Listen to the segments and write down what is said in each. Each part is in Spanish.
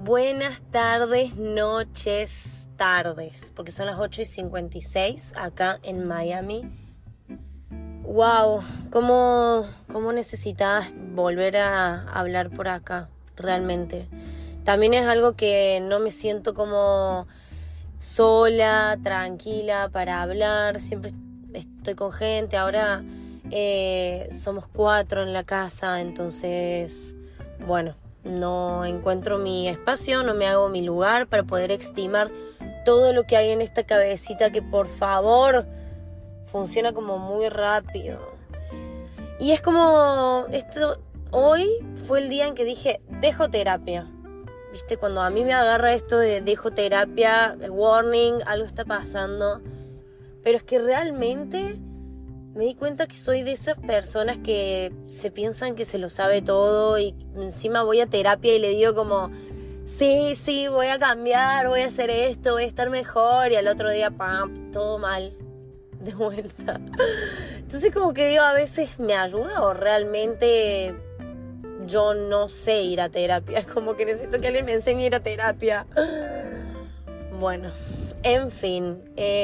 Buenas tardes, noches, tardes, porque son las 8:56 acá en Miami. Wow, cómo necesitas volver a hablar por acá, realmente. También es algo que no me siento como sola, tranquila para hablar, siempre estoy con gente. Ahora somos 4 en la casa, entonces, bueno, no encuentro mi espacio, no me hago mi lugar para poder estimar todo lo que hay en esta cabecita que, por favor, funciona como muy rápido. Y es como hoy fue el día en que dije, dejo terapia. ¿Viste? Cuando a mí me agarra esto de dejo terapia, warning, algo está pasando. Pero es que realmente me di cuenta que soy de esas personas que se piensan que se lo sabe todo y encima voy a terapia y le digo como, sí, voy a cambiar, voy a hacer esto, voy a estar mejor, y al otro día, ¡pam!, todo mal, de vuelta. Entonces como que digo, a veces me ayuda o realmente yo no sé ir a terapia. Es como que necesito que alguien me enseñe a ir a terapia. Bueno, en fin,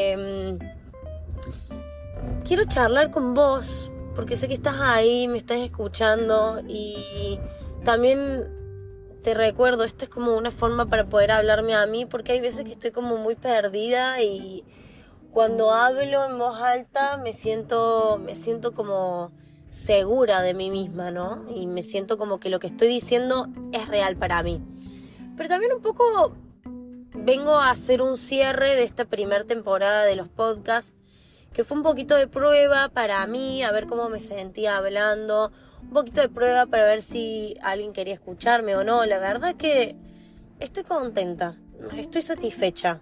quiero charlar con vos, porque sé que estás ahí, me estás escuchando, y también te recuerdo, esto es como una forma para poder hablarme a mí, porque hay veces que estoy como muy perdida y cuando hablo en voz alta me siento como segura de mí misma, ¿no? Y me siento como que lo que estoy diciendo es real para mí. Pero también un poco vengo a hacer un cierre de esta primera temporada de los podcasts, que fue un poquito de prueba para mí, a ver cómo me sentía hablando, un poquito de prueba para ver si alguien quería escucharme o no. La verdad que estoy contenta, estoy satisfecha.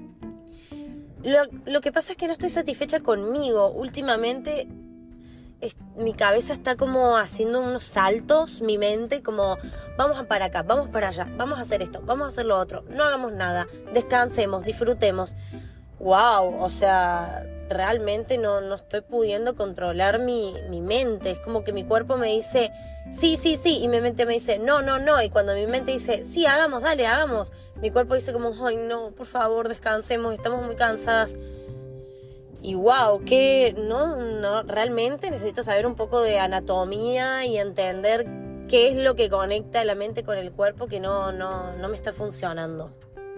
Lo que pasa es que no estoy satisfecha conmigo. Últimamente mi cabeza está como haciendo unos saltos, mi mente como vamos para acá, vamos para allá, vamos a hacer esto, vamos a hacer lo otro, no hagamos nada, descansemos, disfrutemos. Wow, o sea, realmente no estoy pudiendo controlar mi mente. Es como que mi cuerpo me dice sí, y mi mente me dice no, y cuando mi mente dice sí, hagamos, dale, hagamos, mi cuerpo dice como ay no, por favor, descansemos, estamos muy cansadas. Y wow, que no, realmente necesito saber un poco de anatomía y entender qué es lo que conecta la mente con el cuerpo que no me está funcionando.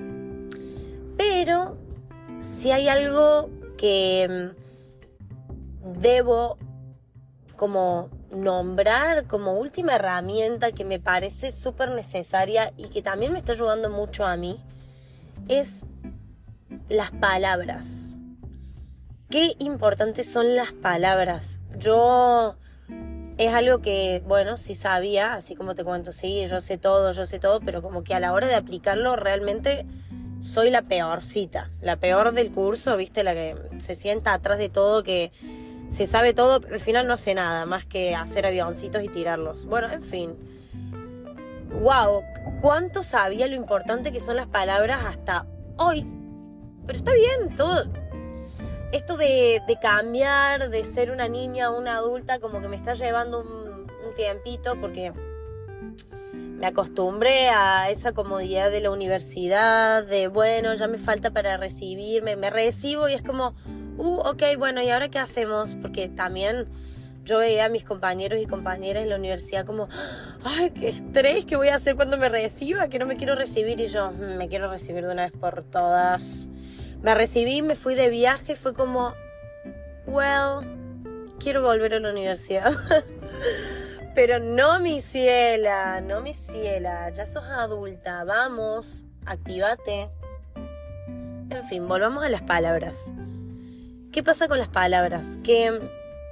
Pero si hay algo que debo como nombrar como última herramienta que me parece súper necesaria y que también me está ayudando mucho a mí, es las palabras. Qué importantes son las palabras. Es algo que, bueno, sí sabía, así como te cuento, sí, yo sé todo, pero como que a la hora de aplicarlo realmente soy la peorcita, la peor del curso, ¿viste? La que se sienta atrás de todo, que se sabe todo, pero al final no hace nada más que hacer avioncitos y tirarlos. Bueno, en fin. Wow, cuánto sabía lo importante que son las palabras hasta hoy. Pero está bien, todo. Esto de cambiar, de ser una niña a una adulta, como que me está llevando un tiempito, porque me acostumbré a esa comodidad de la universidad, de bueno, ya me falta para recibirme, me recibo y es como, ok, bueno, ¿y ahora qué hacemos? Porque también yo veía a mis compañeros y compañeras en la universidad como, ay, qué estrés, ¿qué voy a hacer cuando me reciba? Que no me quiero recibir, y yo, me quiero recibir de una vez por todas. Me recibí, me fui de viaje, fue como, quiero volver a la universidad. Pero no, mi ciela, ya sos adulta, vamos, actívate. En fin, volvamos a las palabras. ¿Qué pasa con las palabras? Que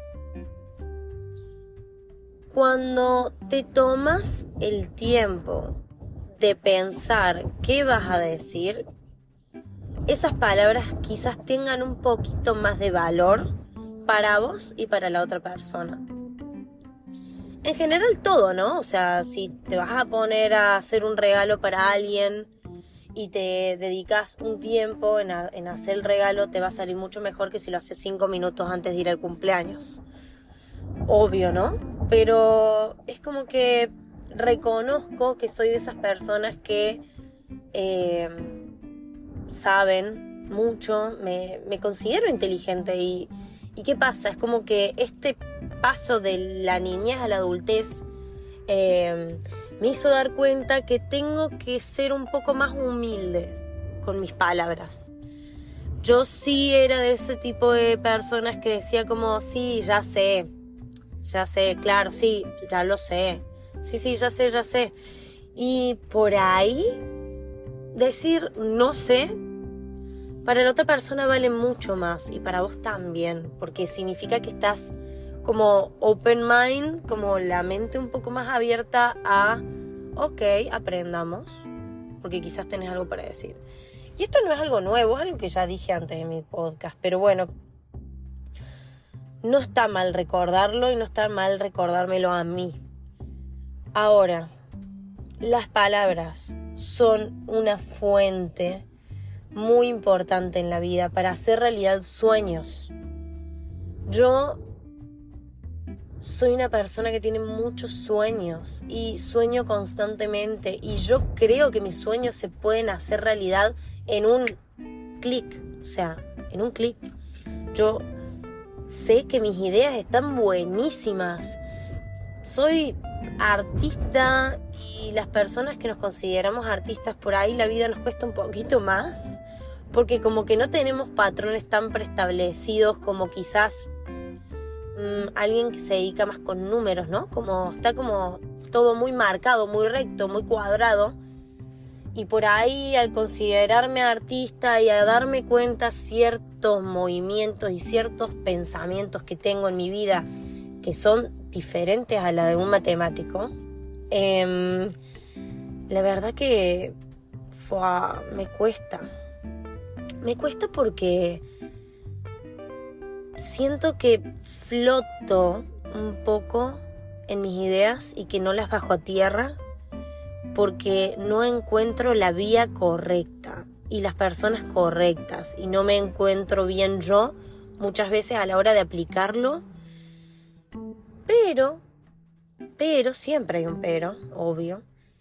cuando te tomas el tiempo de pensar qué vas a decir, esas palabras quizás tengan un poquito más de valor para vos y para la otra persona. En general todo, ¿no? O sea, si te vas a poner a hacer un regalo para alguien y te dedicas un tiempo en hacer el regalo, te va a salir mucho mejor que si lo haces 5 minutos antes de ir al cumpleaños. Obvio, ¿no? Pero es como que reconozco que soy de esas personas que saben mucho, me considero inteligente y ¿qué pasa? Es como que este paso de la niñez a la adultez me hizo dar cuenta que tengo que ser un poco más humilde con mis palabras. Yo sí era de ese tipo de personas que decía como, sí, ya sé, claro, sí, ya lo sé, sí, ya sé. Y por ahí decir no sé, para la otra persona vale mucho más y para vos también, porque significa que estás como open mind, como la mente un poco más abierta a, ok, aprendamos, porque quizás tenés algo para decir. Y esto no es algo nuevo, es algo que ya dije antes en mi podcast, pero bueno, no está mal recordarlo y no está mal recordármelo a mí. Ahora, las palabras son una fuente muy importante en la vida para hacer realidad sueños. Yo soy una persona que tiene muchos sueños y sueño constantemente y yo creo que mis sueños se pueden hacer realidad en un clic, o sea, en un clic. Yo sé que mis ideas están buenísimas. Soy artista y las personas que nos consideramos artistas por ahí la vida nos cuesta un poquito más porque como que no tenemos patrones tan preestablecidos como quizás alguien que se dedica más con números, ¿no? Como está como todo muy marcado, muy recto, muy cuadrado. Y por ahí al considerarme artista y a darme cuenta ciertos movimientos y ciertos pensamientos que tengo en mi vida que son diferentes a la de un matemático, la verdad que me cuesta porque siento que floto un poco en mis ideas y que no las bajo a tierra porque no encuentro la vía correcta y las personas correctas y no me encuentro bien yo muchas veces a la hora de aplicarlo. Pero, siempre hay un pero, obvio.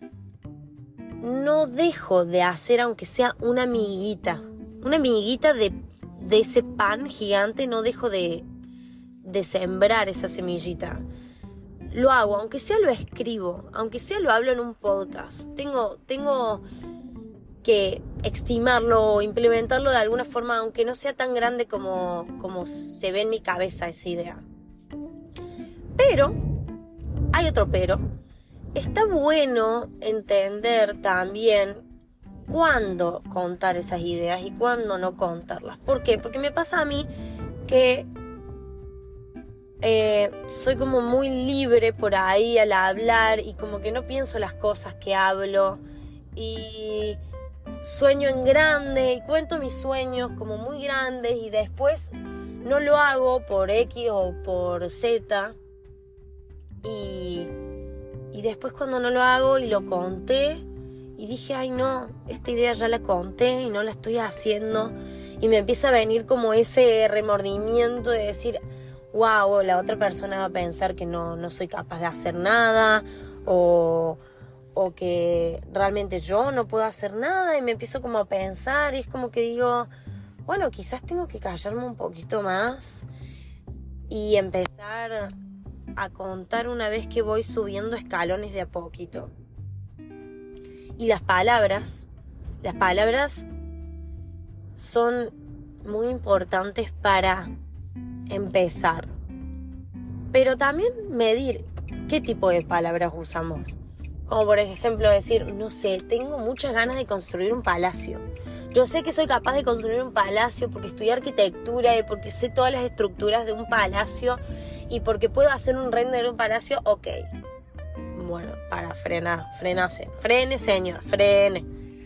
No dejo de hacer, aunque sea una miguita de ese pan gigante, no dejo de sembrar esa semillita. Lo hago, aunque sea lo escribo, aunque sea lo hablo en un podcast. Tengo que estimarlo o implementarlo de alguna forma, aunque no sea tan grande como se ve en mi cabeza esa idea. Pero, hay otro pero, está bueno entender también cuándo contar esas ideas y cuándo no contarlas. ¿Por qué? Porque me pasa a mí que soy como muy libre por ahí al hablar y como que no pienso las cosas que hablo y sueño en grande y cuento mis sueños como muy grandes y después no lo hago por X o por Z. Y después cuando no lo hago y lo conté y dije, ay no, esta idea ya la conté y no la estoy haciendo, y me empieza a venir como ese remordimiento de decir, wow, la otra persona va a pensar que no soy capaz de hacer nada o que realmente yo no puedo hacer nada, y me empiezo como a pensar y es como que digo, bueno, quizás tengo que callarme un poquito más y empezar a contar una vez que voy subiendo escalones de a poquito. Y las palabras son muy importantes para empezar, pero también medir qué tipo de palabras usamos. Como por ejemplo decir, no sé, tengo muchas ganas de construir un palacio. Yo sé que soy capaz de construir un palacio porque estudié arquitectura y porque sé todas las estructuras de un palacio y porque puedo hacer un render de un palacio, ok. Bueno, frene señor, frene.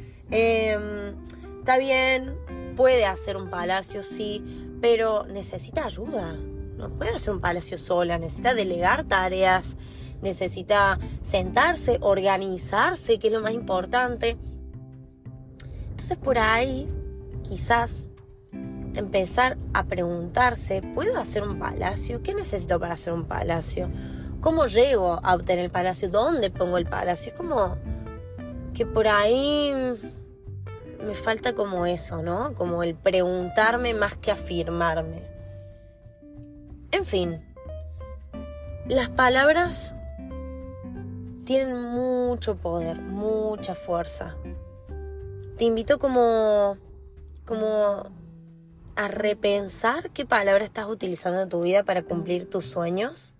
Está bien, puede hacer un palacio, sí, pero necesita ayuda. No puede hacer un palacio sola, necesita delegar tareas, necesita sentarse, organizarse, que es lo más importante. Entonces por ahí, quizás empezar a preguntarse, ¿puedo hacer un palacio? ¿Qué necesito para hacer un palacio? ¿Cómo llego a obtener el palacio? ¿Dónde pongo el palacio? Es como que por ahí me falta como eso, ¿no? Como el preguntarme más que afirmarme. En fin, las palabras tienen mucho poder, mucha fuerza. Te invito como a repensar qué palabra estás utilizando en tu vida para cumplir tus sueños.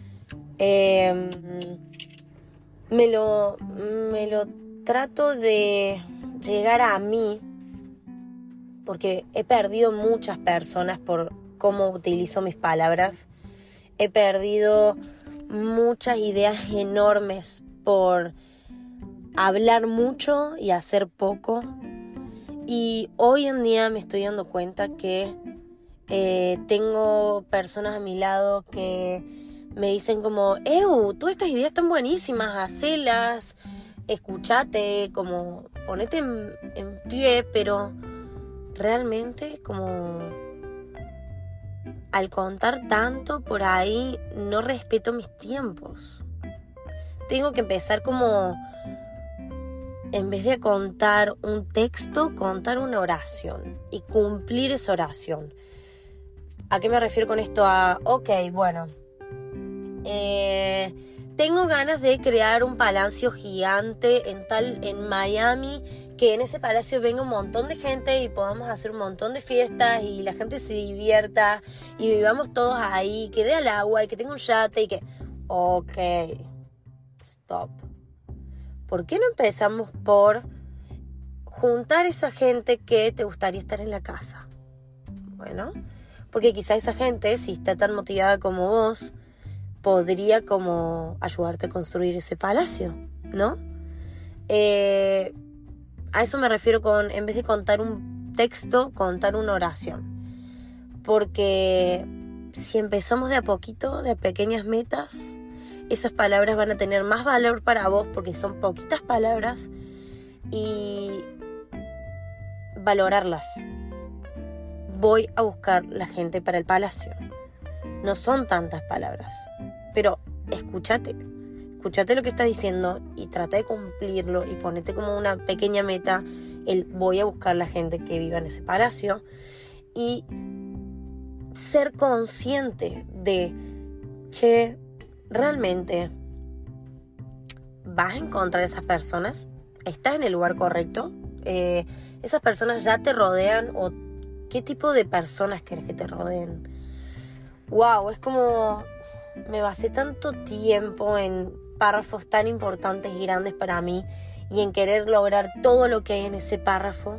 Me lo trato de llegar a mí, porque he perdido muchas personas por cómo utilizo mis palabras. He perdido muchas ideas enormes por hablar mucho y hacer poco. Y hoy en día me estoy dando cuenta que tengo personas a mi lado que me dicen como, todas estas ideas están buenísimas, hacelas, escúchate, como ponete en pie, pero realmente como al contar tanto por ahí no respeto mis tiempos. Tengo que empezar como, en vez de contar un texto, contar una oración y cumplir esa oración. ¿A qué me refiero con esto? Tengo ganas de crear un palacio gigante en Miami, que en ese palacio venga un montón de gente y podamos hacer un montón de fiestas y la gente se divierta y vivamos todos ahí, que dé al agua y que tenga un yate y que... Ok, stop. ¿Por qué no empezamos por juntar esa gente que te gustaría estar en la casa? Bueno, porque quizá esa gente, si está tan motivada como vos, podría como ayudarte a construir ese palacio, ¿no? A eso me refiero con, en vez de contar un texto, contar una oración. Porque si empezamos de a poquito, de a pequeñas metas, esas palabras van a tener más valor para vos porque son poquitas palabras y valorarlas. Voy a buscar la gente para el palacio. No son tantas palabras, pero escúchate lo que estás diciendo y trata de cumplirlo y ponete como una pequeña meta el voy a buscar la gente que viva en ese palacio y ser consciente de, realmente vas a encontrar esas personas, estás en el lugar correcto, esas personas ya te rodean o qué tipo de personas querés que te rodeen. Wow, es como me basé tanto tiempo en párrafos tan importantes y grandes para mí y en querer lograr todo lo que hay en ese párrafo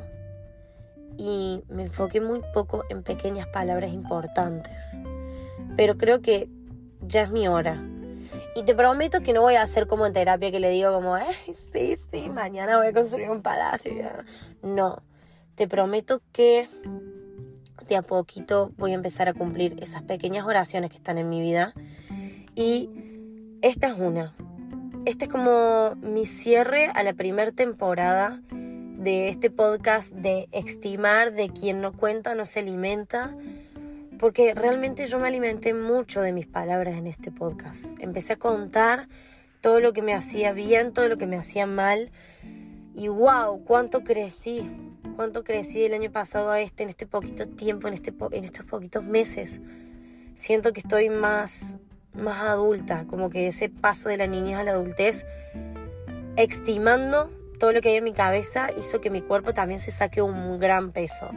y me enfoqué muy poco en pequeñas palabras importantes. Pero creo que ya es mi hora. Y te prometo que no voy a hacer como en terapia que le digo como, sí, mañana voy a construir un palacio. No, te prometo que de a poquito voy a empezar a cumplir esas pequeñas oraciones que están en mi vida. Y esta es una. Este es como mi cierre a la primera temporada de este podcast de Estimar, de quien no cuenta no se alimenta. Porque realmente yo me alimenté mucho de mis palabras en este podcast. Empecé a contar todo lo que me hacía bien, todo lo que me hacía mal. Y wow, cuánto crecí del año pasado a en este poquito tiempo, en estos poquitos meses. Siento que estoy más adulta, como que ese paso de la niñez a la adultez, estimando todo lo que hay en mi cabeza, hizo que mi cuerpo también se saque un gran peso.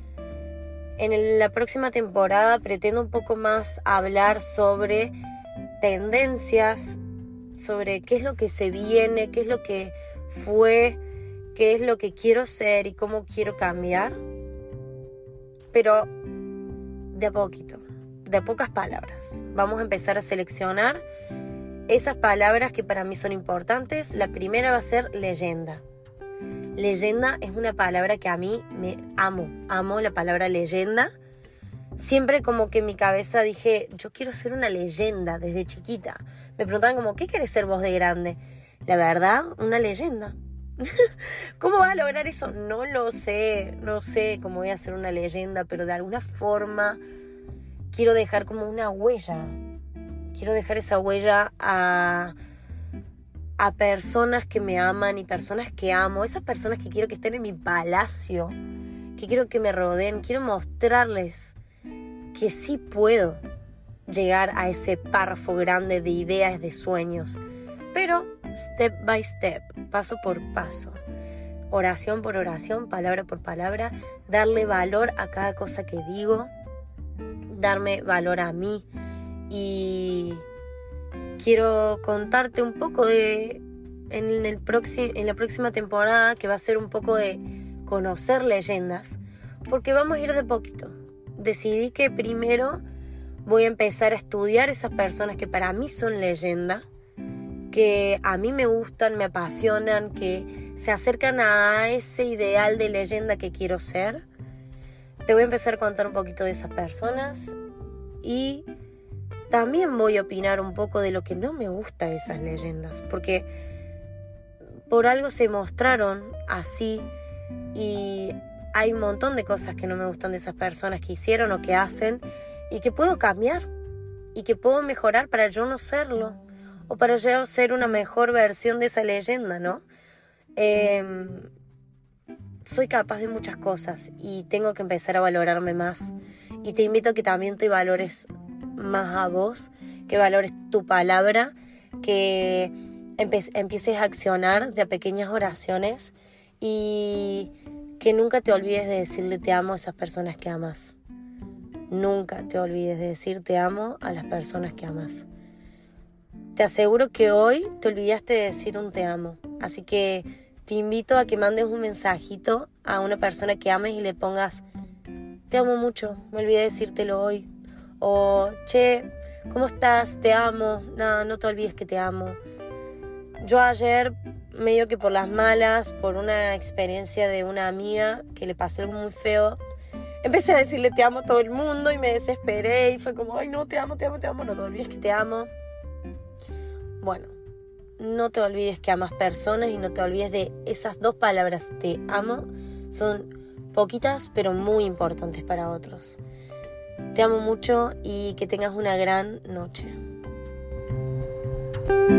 En la próxima temporada pretendo un poco más hablar sobre tendencias, sobre qué es lo que se viene, qué es lo que fue, qué es lo que quiero ser y cómo quiero cambiar. Pero de a poquito, de a pocas palabras. Vamos a empezar a seleccionar esas palabras que para mí son importantes. La primera va a ser leyenda. Leyenda es una palabra que a mí me amo la palabra leyenda. Siempre como que en mi cabeza dije, yo quiero ser una leyenda desde chiquita. Me preguntaban como, ¿qué querés ser vos de grande? La verdad, una leyenda. ¿Cómo vas a lograr eso? No lo sé, no sé cómo voy a ser una leyenda, pero de alguna forma quiero dejar como una huella. Quiero dejar esa huella a a personas que me aman y personas que amo, esas personas que quiero que estén en mi palacio, que quiero que me rodeen, quiero mostrarles que sí puedo llegar a ese párrafo grande de ideas, de sueños, pero step by step, paso por paso, oración por oración, palabra por palabra, darle valor a cada cosa que digo, darme valor a mí. Y quiero contarte un poco en la próxima temporada, que va a ser un poco de conocer leyendas, porque vamos a ir de poquito. Decidí que primero voy a empezar a estudiar esas personas que para mí son leyenda, que a mí me gustan, me apasionan, que se acercan a ese ideal de leyenda que quiero ser. Te voy a empezar a contar un poquito de esas personas y también voy a opinar un poco de lo que no me gusta de esas leyendas, porque por algo se mostraron así y hay un montón de cosas que no me gustan de esas personas que hicieron o que hacen y que puedo cambiar y que puedo mejorar para yo no serlo o para yo ser una mejor versión de esa leyenda, ¿no? Soy capaz de muchas cosas y tengo que empezar a valorarme más, y te invito a que también te valores más a vos, que valores tu palabra, que empieces a accionar de a pequeñas oraciones y que nunca te olvides de decirle te amo a esas personas que amas. Nunca te olvides de decir te amo a las personas que amas. Te aseguro que hoy te olvidaste de decir un te amo, así que te invito a que mandes un mensajito a una persona que ames y le pongas te amo mucho, me olvidé de decírtelo hoy. O che, ¿cómo estás? Te amo. No te olvides que te amo. Yo ayer, medio que por las malas, por una experiencia de una amiga que le pasó algo muy feo, empecé a decirle te amo a todo el mundo y me desesperé y fue como, ay no, te amo, no te olvides que te amo. Bueno, no te olvides que amas personas y no te olvides de esas dos palabras, te amo, son poquitas pero muy importantes para otros. Te amo mucho y que tengas una gran noche.